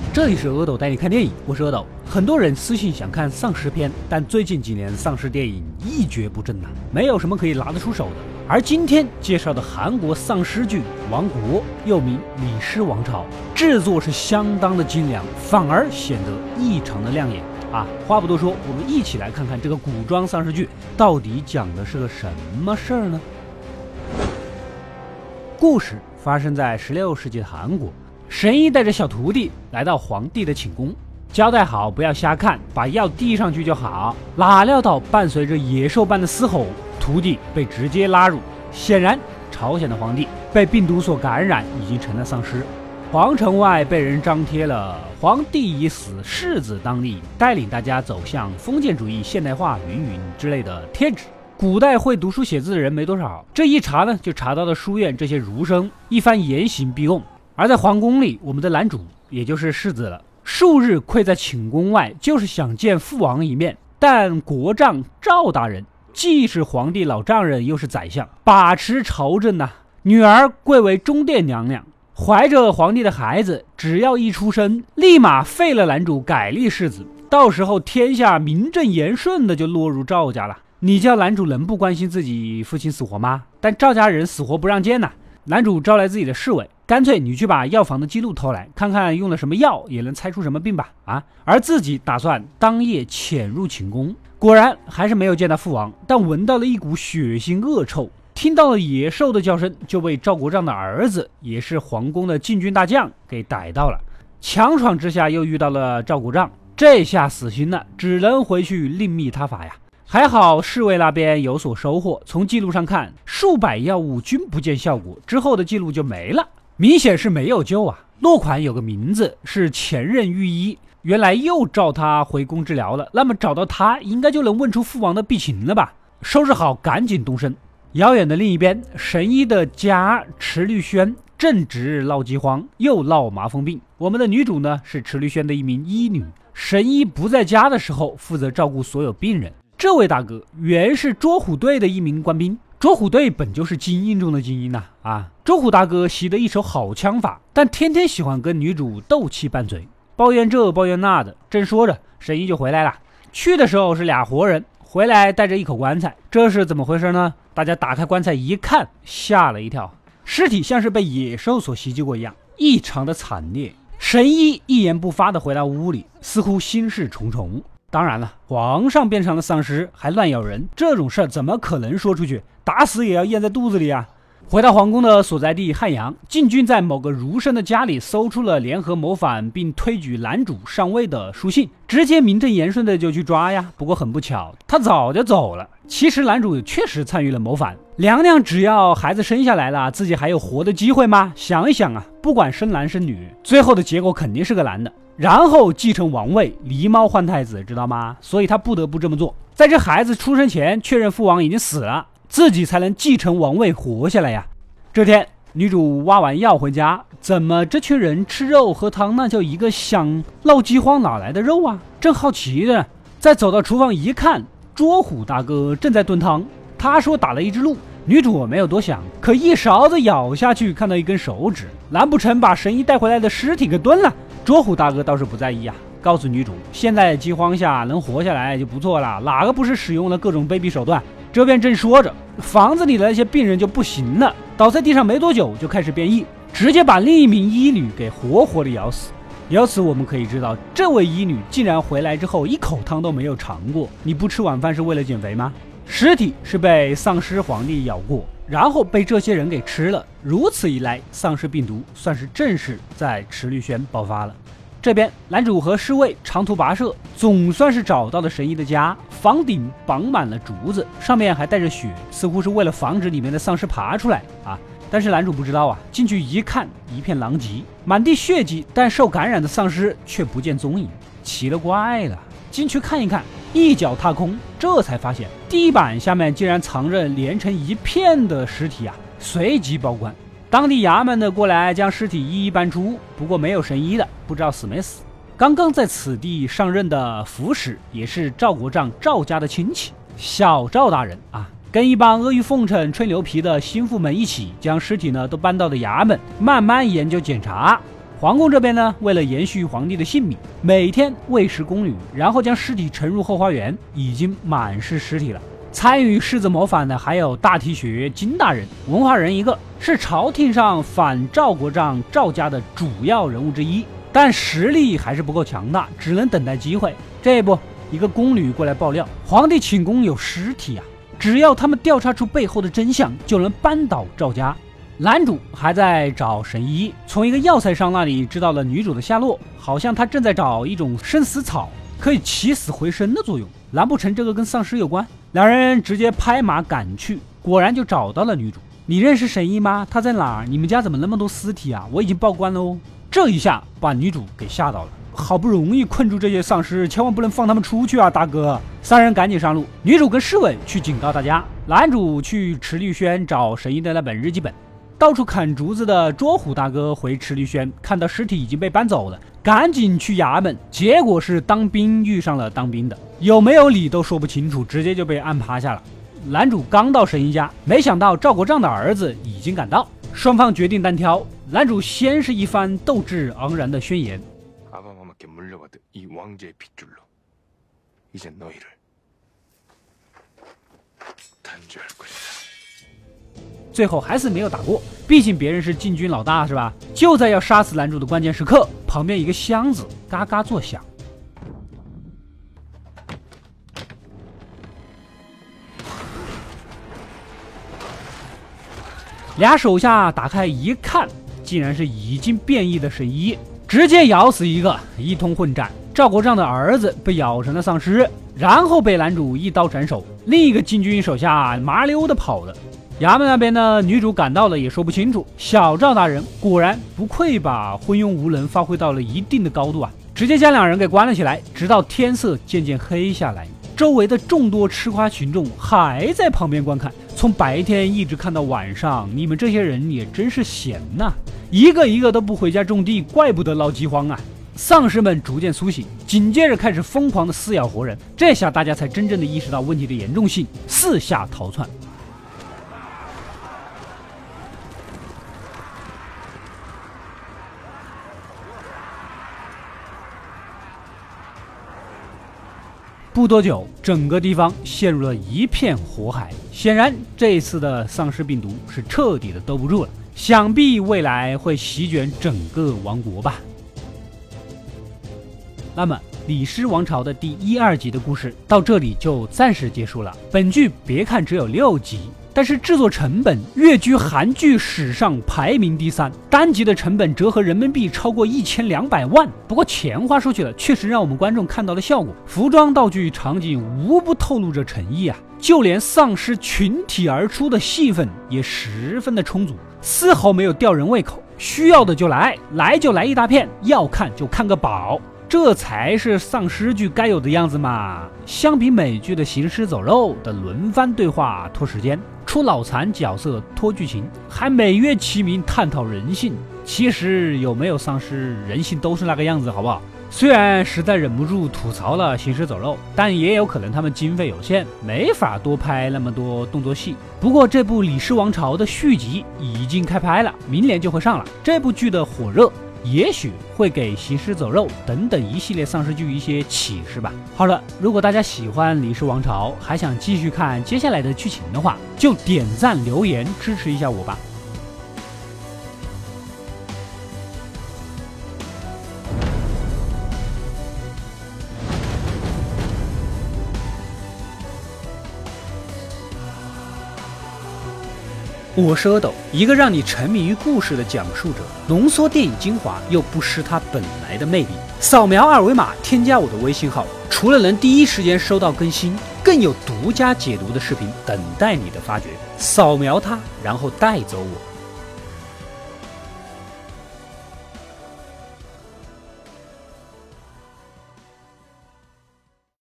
这里是阿斗带你看电影，我是阿斗。很多人私信想看丧尸片，但最近几年丧尸电影一蹶不振呐，没有什么可以拿得出手的。而今天介绍的韩国丧尸剧《王国》，又名《李尸王朝》，制作是相当的精良，反而显得异常的亮眼啊！话不多说，我们一起来看看这个古装丧尸剧到底讲的是个什么事儿呢？故事发生在16世纪的韩国。神医带着小徒弟来到皇帝的寝宫，交代好不要瞎看，把药递上去就好。哪料到伴随着野兽般的嘶吼，徒弟被直接拉入。显然朝鲜的皇帝被病毒所感染，已经成了丧尸。皇城外被人张贴了“皇帝已死，世子当立”，带领大家走向封建主义现代化云云之类的贴纸。古代会读书写字的人没多少，这一查呢，就查到了书院这些儒生一番严刑逼供。而在皇宫里，我们的男主也就是世子了，数日跪在寝宫外，就是想见父王一面。但国丈赵大人既是皇帝老丈人，又是宰相，把持朝政呐。女儿贵为中殿娘娘，怀着皇帝的孩子，只要一出生，立马废了男主，改立世子。到时候天下名正言顺的就落入赵家了。你叫男主能不关心自己父亲死活吗？但赵家人死活不让见呐。男主招来自己的侍卫，干脆你去把药房的记录偷来，看看用了什么药，也能猜出什么病吧啊！而自己打算当夜潜入寝宫，果然还是没有见到父王，但闻到了一股血腥恶臭，听到了野兽的叫声，就被赵国丈的儿子，也是皇宫的禁军大将给逮到了。强闯之下又遇到了赵国丈，这下死心了，只能回去另觅他法呀。还好侍卫那边有所收获，从记录上看，数百药物均不见效果，之后的记录就没了，明显是没有救啊。落款有个名字是前任御医，原来又召他回宫治疗了，那么找到他应该就能问出父王的病情了吧。收拾好赶紧动身。遥远的另一边，神医的家池绿轩正值闹饥荒，又闹麻风病。我们的女主呢是池绿轩的一名医女，神医不在家的时候负责照顾所有病人。这位大哥原是捉虎队的一名官兵，捉虎队本就是精英中的精英啊！捉虎大哥习得一手好枪法，但天天喜欢跟女主斗气拌嘴，抱怨这抱怨那的。正说着，神医就回来了。去的时候是俩活人，回来带着一口棺材，这是怎么回事呢？大家打开棺材一看，吓了一跳，尸体像是被野兽所袭击过一样，异常的惨烈。神医一言不发的回到屋里，似乎心事重重。当然了，皇上变成了丧尸还乱咬人，这种事怎么可能说出去？打死也要咽在肚子里啊！回到皇宫的所在地汉阳，禁军在某个儒生的家里搜出了联合谋反并推举男主上位的书信，直接名正言顺的就去抓呀。不过很不巧，他早就走了。其实男主确实参与了谋反，娘娘只要孩子生下来了，自己还有活的机会吗？想一想啊，不管生男生女，最后的结果肯定是个男的。然后继承王位，狸猫换太子，知道吗？所以他不得不这么做，在这孩子出生前确认父王已经死了，自己才能继承王位活下来呀。这天女主挖完药回家，怎么这群人吃肉喝汤，那就一个想闹饥荒哪来的肉啊？正好奇的，再走到厨房一看，捉虎大哥正在炖汤，他说打了一只鹿。女主我没有多想，可一勺子咬下去，看到一根手指，难不成把神医带回来的尸体给炖了？捉虎大哥倒是不在意啊，告诉女主现在饥荒下能活下来就不错了，哪个不是使用了各种卑鄙手段？这边正说着，房子里的那些病人就不行了，倒在地上没多久就开始变异，直接把另一名医女给活活的咬死。由此我们可以知道，这位医女竟然回来之后一口汤都没有尝过。你不吃晚饭是为了减肥吗？尸体是被丧尸皇帝咬过，然后被这些人给吃了，如此一来，丧尸病毒算是正式在池绿轩爆发了。这边男主和侍卫长途跋涉，总算是找到了神医的家，房顶绑满了竹子，上面还带着血，似乎是为了防止里面的丧尸爬出来啊。但是男主不知道啊，进去一看，一片狼藉，满地血迹，但受感染的丧尸却不见踪影，奇了怪了。进去看一看，一脚踏空，这才发现地板下面竟然藏着连成一片的尸体啊！随即报官，当地衙门的过来将尸体一一搬出，不过没有神医的，不知道死没死。刚刚在此地上任的府使也是赵国丈赵家的亲戚，小赵大人啊，跟一帮阿谀奉承吹牛皮的心腹们一起将尸体呢都搬到了衙门，慢慢研究检查。 皇宫这边呢，为了延续皇帝的性命，每天喂食宫女，然后将尸体沉入后花园，已经满是尸体了。参与狮子谋反的还有大提学金大人，文化人一个，是朝廷上反赵国丈赵家的主要人物之一，但实力还是不够强大，只能等待机会。这不，一个宫女过来爆料，皇帝寝宫有尸体啊，只要他们调查出背后的真相，就能扳倒赵家。男主还在找神医，从一个药材商那里知道了女主的下落，好像他正在找一种生死草，可以起死回生的作用。难不成这个跟丧尸有关？两人直接拍马赶去，果然就找到了女主。你认识神医吗？他在哪儿？你们家怎么那么多尸体啊？我已经报官了哦。这一下把女主给吓到了，好不容易困住这些丧尸，千万不能放他们出去啊，大哥！三人赶紧上路，女主跟侍卫去警告大家，男主去池绿轩找神医的那本日记本。到处砍竹子的捉虎大哥回池绿轩，看到尸体已经被搬走了，赶紧去衙门，结果是当兵遇上了当兵的，有没有理都说不清楚，直接就被按趴下了。男主刚到神医家，没想到赵国丈的儿子已经赶到，双方决定单挑。男主先是一番斗志昂然的宣言，最后还是没有打过，毕竟别人是禁军老大是吧？就在要杀死男主的关键时刻，旁边一个箱子嘎嘎作响，俩手下打开一看，竟然是已经变异的神医，直接咬死一个，一通混战。赵国丈的儿子被咬成了丧尸，然后被男主一刀斩首，另一个禁军手下麻溜的跑了。衙门那边呢，女主赶到了也说不清楚。小赵大人果然不愧把昏庸无能发挥到了一定的高度啊，直接将两人给关了起来，直到天色渐渐黑下来。周围的众多吃瓜群众还在旁边观看，从白天一直看到晚上，你们这些人也真是闲呐，一个一个都不回家种地，怪不得闹饥荒啊。丧尸们逐渐苏醒，紧接着开始疯狂的撕咬活人，这下大家才真正的意识到问题的严重性，四下逃窜。不多久，整个地方陷入了一片火海。显然，这一次的丧尸病毒是彻底的兜不住了，想必未来会席卷整个王国吧。那么，李氏王朝的第1、2集的故事到这里就暂时结束了。本剧别看只有6集，但是制作成本跃居韩剧史上排名第3，单集的成本折合人民币超过1200万。不过钱花出去了，确实让我们观众看到了效果，服装、道具、场景无不透露着诚意啊！就连丧尸群体而出的戏份也十分的充足，丝毫没有吊人胃口。需要的就来，来就来一大片，要看就看个饱。这才是丧尸剧该有的样子嘛！相比美剧的行尸走肉的轮番对话拖时间，出脑残角色拖剧情，还美曰其名探讨人性。其实有没有丧尸，人性都是那个样子，好不好？虽然实在忍不住吐槽了行尸走肉，但也有可能他们经费有限，没法多拍那么多动作戏。不过这部《李氏王朝》的续集已经开拍了，明年就会上了。这部剧的火热也许会给行尸走肉等等一系列丧尸剧一些启示吧。好了，如果大家喜欢《李氏王朝》，还想继续看接下来的剧情的话，就点赞留言支持一下我吧。我是阿斗，一个让你沉迷于故事的讲述者，浓缩电影精华又不失它本来的魅力。扫描二维码添加我的微信号，除了能第一时间收到更新，更有独家解读的视频等待你的发掘。扫描它，然后带走我。